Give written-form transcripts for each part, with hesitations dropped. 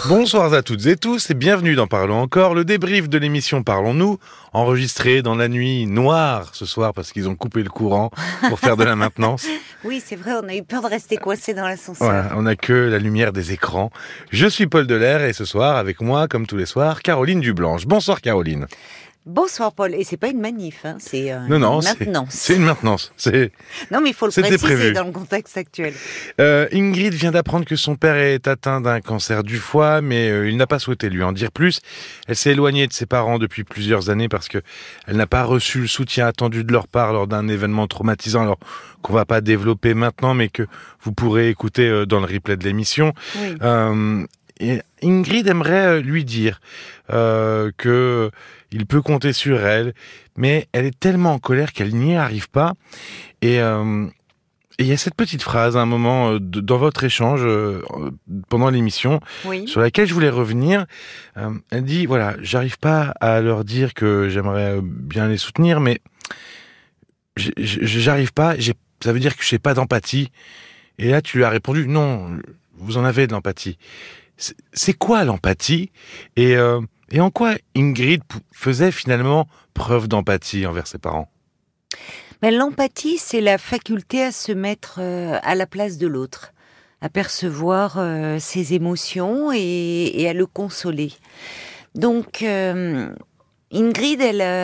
Bonsoir à toutes et tous et bienvenue dans Parlons encore, le débrief de l'émission Parlons-nous, enregistré dans la nuit noire ce soir parce qu'ils ont coupé le courant pour faire de la maintenance. Oui, c'est vrai, on a eu peur de rester coincé dans l'ascenseur. Voilà, on n'a que la lumière des écrans. Je suis Paul Delair et ce soir, avec moi, comme tous les soirs, Caroline Dublanche. Bonsoir Caroline. Bonsoir Paul, et c'est pas une manif, hein, c'est Non, une maintenance. c'est une maintenance. Non, mais il faut le C'était préciser prévu. dans le contexte actuel. Ingrid vient d'apprendre que son père est atteint d'un cancer du foie, mais il n'a pas souhaité lui en dire plus. Elle s'est éloignée de ses parents depuis plusieurs années parce que elle n'a pas reçu le soutien attendu de leur part lors d'un événement traumatisant, alors qu'on va pas développer maintenant, mais que vous pourrez écouter dans le replay de l'émission. Oui. Et Ingrid aimerait lui dire que il peut compter sur elle, mais elle est tellement en colère qu'elle n'y arrive pas. Et il y a cette petite phrase à un moment dans votre échange pendant l'émission, Oui. sur laquelle je voulais revenir. Elle dit, voilà, j'arrive pas à leur dire que j'aimerais bien les soutenir, mais j'arrive pas, ça veut dire que j'ai pas d'empathie. Et là, tu lui as répondu, non, vous en avez de l'empathie. C'est quoi l'empathie et en quoi Ingrid faisait finalement preuve d'empathie envers ses parents? Mais l'empathie, c'est la faculté à se mettre à la place de l'autre, à percevoir ses émotions et à le consoler. Donc, Ingrid,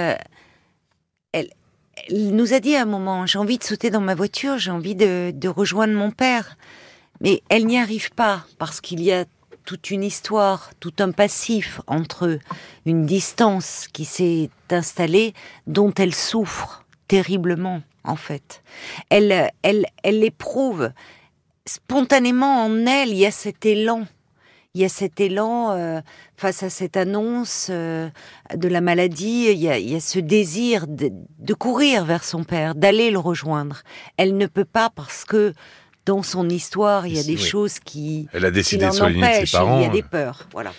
elle nous a dit à un moment, j'ai envie de sauter dans ma voiture, j'ai envie de rejoindre mon père. Mais elle n'y arrive pas parce qu'il y a toute une histoire, tout un passif entre eux, une distance qui s'est installée dont elle souffre terriblement, en fait. Elle éprouve spontanément en elle, il y a cet élan. Il y a cet élan face à cette annonce de la maladie, il y a ce désir de courir vers son père, d'aller le rejoindre. Elle ne peut pas parce que dans son histoire, il y a des choses qui Elle a décidé de l'en s'éloigner de empêchent, ses parents. il y a des peurs, voilà.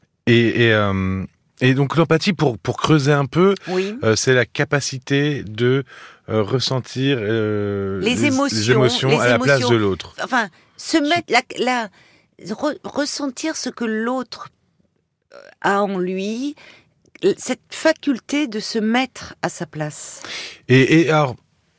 Et donc l'empathie, pour creuser un peu, Oui. c'est la capacité de ressentir Les émotions à la place de l'autre. Enfin, se mettre ressentir ce que l'autre a en lui, cette faculté de se mettre à sa place. Et alors,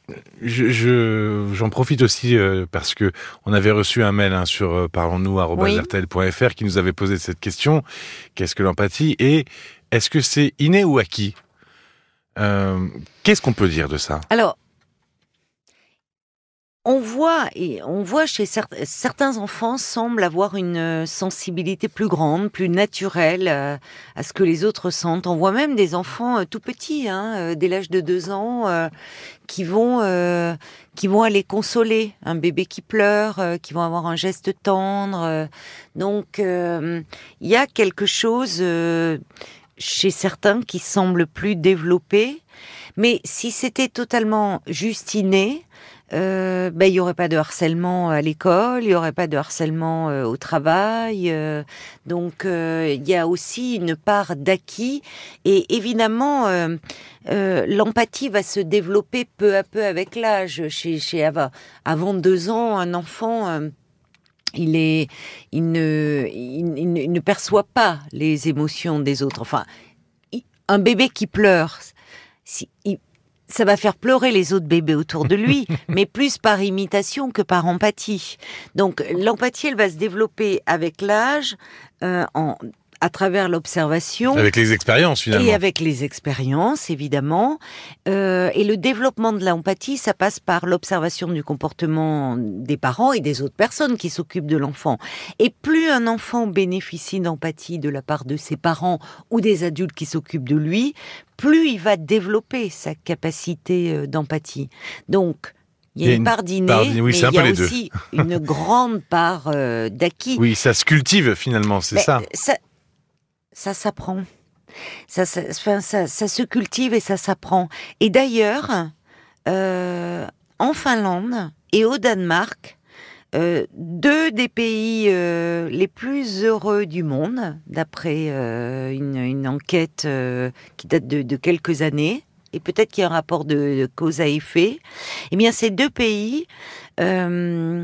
j'en profite aussi parce que on avait reçu un mail sur parlons-nous@rtl.fr qui nous avait posé cette question: qu'est-ce que l'empathie et est-ce que c'est inné ou acquis? Qu'est-ce qu'on peut dire de ça? Alors, on voit chez certains enfants semblent avoir une sensibilité plus grande, plus naturelle à ce que les autres sentent. On voit même des enfants tout petits, dès l'âge de 2 ans, qui vont aller consoler un bébé qui pleure, qui vont avoir un geste tendre. Donc, il y a quelque chose chez certains qui semble plus développé. Mais si c'était totalement juste inné, il y aurait pas de harcèlement à l'école, il y aurait pas de harcèlement au travail. Donc il y a aussi une part d'acquis et évidemment l'empathie va se développer peu à peu avec l'âge. Avant 2 ans, un enfant il ne perçoit pas les émotions des autres. Enfin, un bébé qui pleure, ça va faire pleurer les autres bébés autour de lui, mais plus par imitation que par empathie. Donc l'empathie, elle va se développer avec l'âge, à travers l'observation. Avec les expériences, finalement. Et avec les expériences, évidemment. Et le développement de l'empathie, ça passe par l'observation du comportement des parents et des autres personnes qui s'occupent de l'enfant. Et plus un enfant bénéficie d'empathie de la part de ses parents ou des adultes qui s'occupent de lui, plus il va développer sa capacité d'empathie. Donc, il y a une part d'inné, oui, mais il y a les aussi une grande part d'acquis. Oui, ça se cultive, finalement, c'est ça. Ça s'apprend. Ça se cultive et ça s'apprend. Et d'ailleurs, en Finlande et au Danemark, 2 des pays les plus heureux du monde, d'après une enquête qui date de quelques années, et peut-être qu'il y a un rapport de cause à effet, eh bien ces 2 pays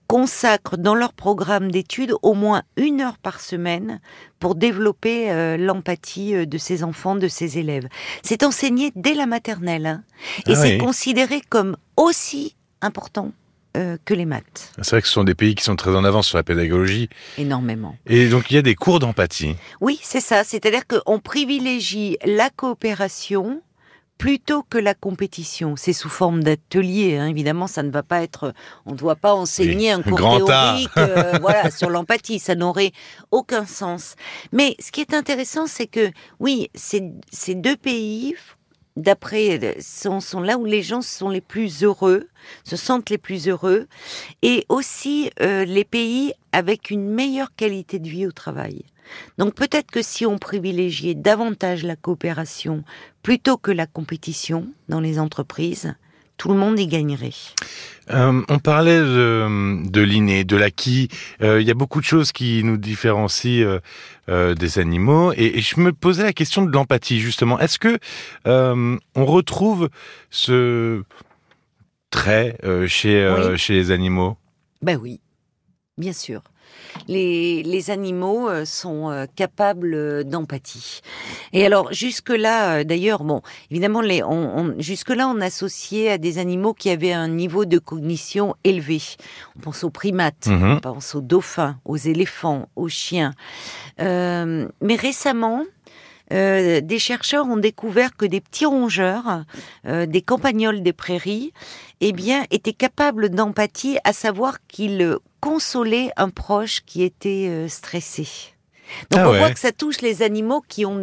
consacrent dans leur programme d'études au moins 1 heure par semaine pour développer l'empathie de ces enfants, de ces élèves. C'est enseigné dès la maternelle, hein, et c'est considéré comme aussi important que les maths. C'est vrai que ce sont des pays qui sont très en avance sur la pédagogie. Énormément. Et donc il y a des cours d'empathie. Oui, c'est ça. C'est-à-dire qu'on privilégie la coopération plutôt que la compétition. C'est sous forme d'atelier, hein. Évidemment, ça ne va pas être... On ne doit pas enseigner un cours théorique voilà, sur l'empathie. Ça n'aurait aucun sens. Mais ce qui est intéressant, c'est que, oui, ces 2 pays... d'après, sont là où les gens sont les plus heureux, se sentent les plus heureux, et aussi les pays avec une meilleure qualité de vie au travail. Donc peut-être que si on privilégiait davantage la coopération plutôt que la compétition dans les entreprises, tout le monde y gagnerait. On parlait de l'inné, de l'acquis. Il y a beaucoup de choses qui nous différencient des animaux. Et je me posais la question de l'empathie, justement. Est-ce que on retrouve ce trait chez les animaux ? Ben oui, bien sûr. Les animaux sont capables d'empathie. Et alors jusque-là, d'ailleurs, bon, évidemment, jusque-là, on associait à des animaux qui avaient un niveau de cognition élevé. On pense aux primates, on pense aux dauphins, aux éléphants, aux chiens. Mais récemment, des chercheurs ont découvert que des petits rongeurs, des campagnols des prairies, étaient capables d'empathie, à savoir qu'ils consolaient un proche qui était stressé. Donc on voit que ça touche les animaux qui sont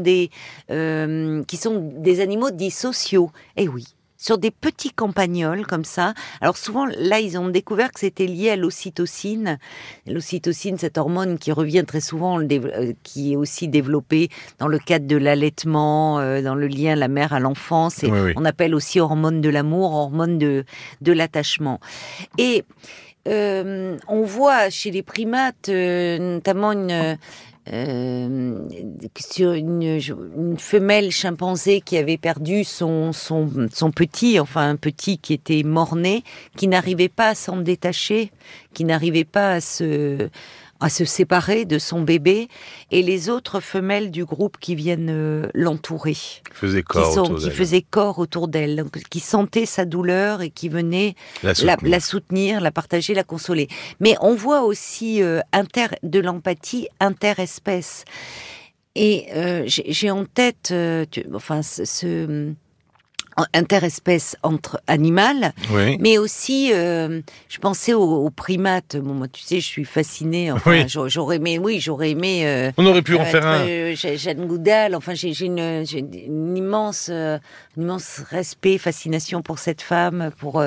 des animaux dits sociaux. Eh oui. Sur des petits campagnols comme ça. Alors souvent, là, ils ont découvert que c'était lié à l'ocytocine. L'ocytocine, cette hormone qui revient très souvent, qui est aussi développée dans le cadre de l'allaitement, dans le lien la mère à l'enfant. On appelle aussi hormone de l'amour, hormone de l'attachement. Et on voit chez les primates, notamment sur une femelle chimpanzé qui avait perdu son petit, enfin un petit qui était mort-né, qui n'arrivait pas à s'en détacher, qui n'arrivait pas à se séparer de son bébé, et les autres femelles du groupe qui viennent l'entourer, qui faisaient corps autour d'elle, donc, qui sentaient sa douleur et qui venaient la soutenir, la partager, la consoler. Mais on voit aussi de l'empathie interespèce. Et j'ai en tête, interespèces entre animales, mais aussi je pensais aux primates. Bon, moi, tu sais, je suis fascinée. Enfin, j'aurais aimé. On aurait pu en faire un. Jeanne Goodall. Enfin, j'ai une immense respect, fascination pour cette femme,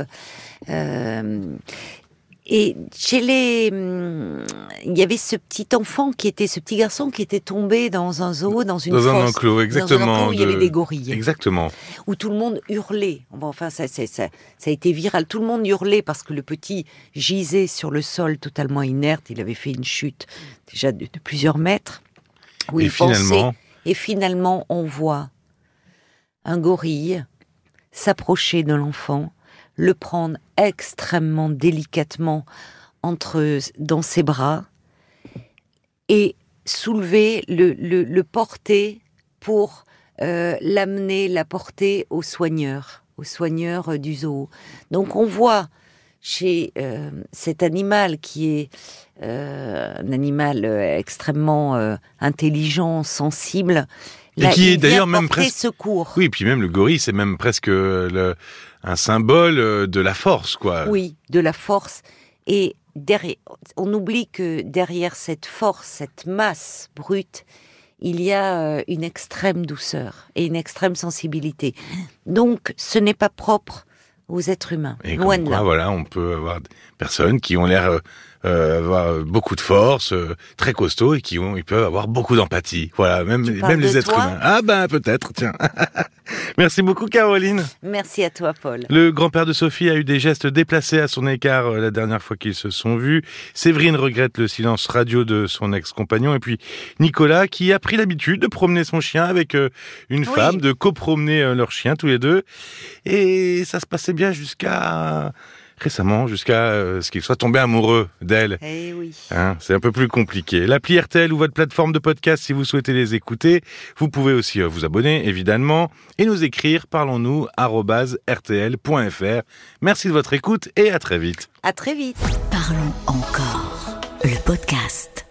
Et il y avait ce petit garçon qui était tombé dans un zoo, dans une fosse, un enclos, exactement, dans un enclos où il y avait des gorilles. Exactement. Où tout le monde hurlait. Enfin, ça a été viral. Tout le monde hurlait parce que le petit gisait sur le sol totalement inerte. Il avait fait une chute déjà de plusieurs mètres. Et finalement, on voit un gorille s'approcher de l'enfant, le prendre extrêmement délicatement dans ses bras et soulever, le porter pour la porter aux soigneurs du zoo. Donc on voit chez cet animal qui est un animal extrêmement intelligent, sensible, et qui est d'ailleurs même presque secours. Oui, puis même le gorille, c'est même presque un symbole de la force, quoi. Oui, de la force. Et on oublie que derrière cette force, cette masse brute, il y a une extrême douceur et une extrême sensibilité. Donc, ce n'est pas propre aux êtres humains. Et loin de là. Voilà, on peut avoir des personnes qui ont l'air avoir beaucoup de force, très costauds, et ils peuvent avoir beaucoup d'empathie. Voilà, même les êtres humains. Ah ben peut-être, tiens. Merci beaucoup Caroline. Merci à toi Paul. Le grand-père de Sophie a eu des gestes déplacés à son écart la dernière fois qu'ils se sont vus. Séverine regrette le silence radio de son ex-compagnon, et puis Nicolas qui a pris l'habitude de promener son chien avec une femme, de copromener leur chien tous les deux. Et ça se passait bien jusqu'à récemment jusqu'à ce qu'il soit tombé amoureux d'elle. Eh oui. C'est un peu plus compliqué. L'appli RTL ou votre plateforme de podcast si vous souhaitez les écouter. Vous pouvez aussi vous abonner, évidemment, et nous écrire parlons-nous@rtl.fr. Merci de votre écoute et à très vite. À très vite. Parlons encore, le podcast.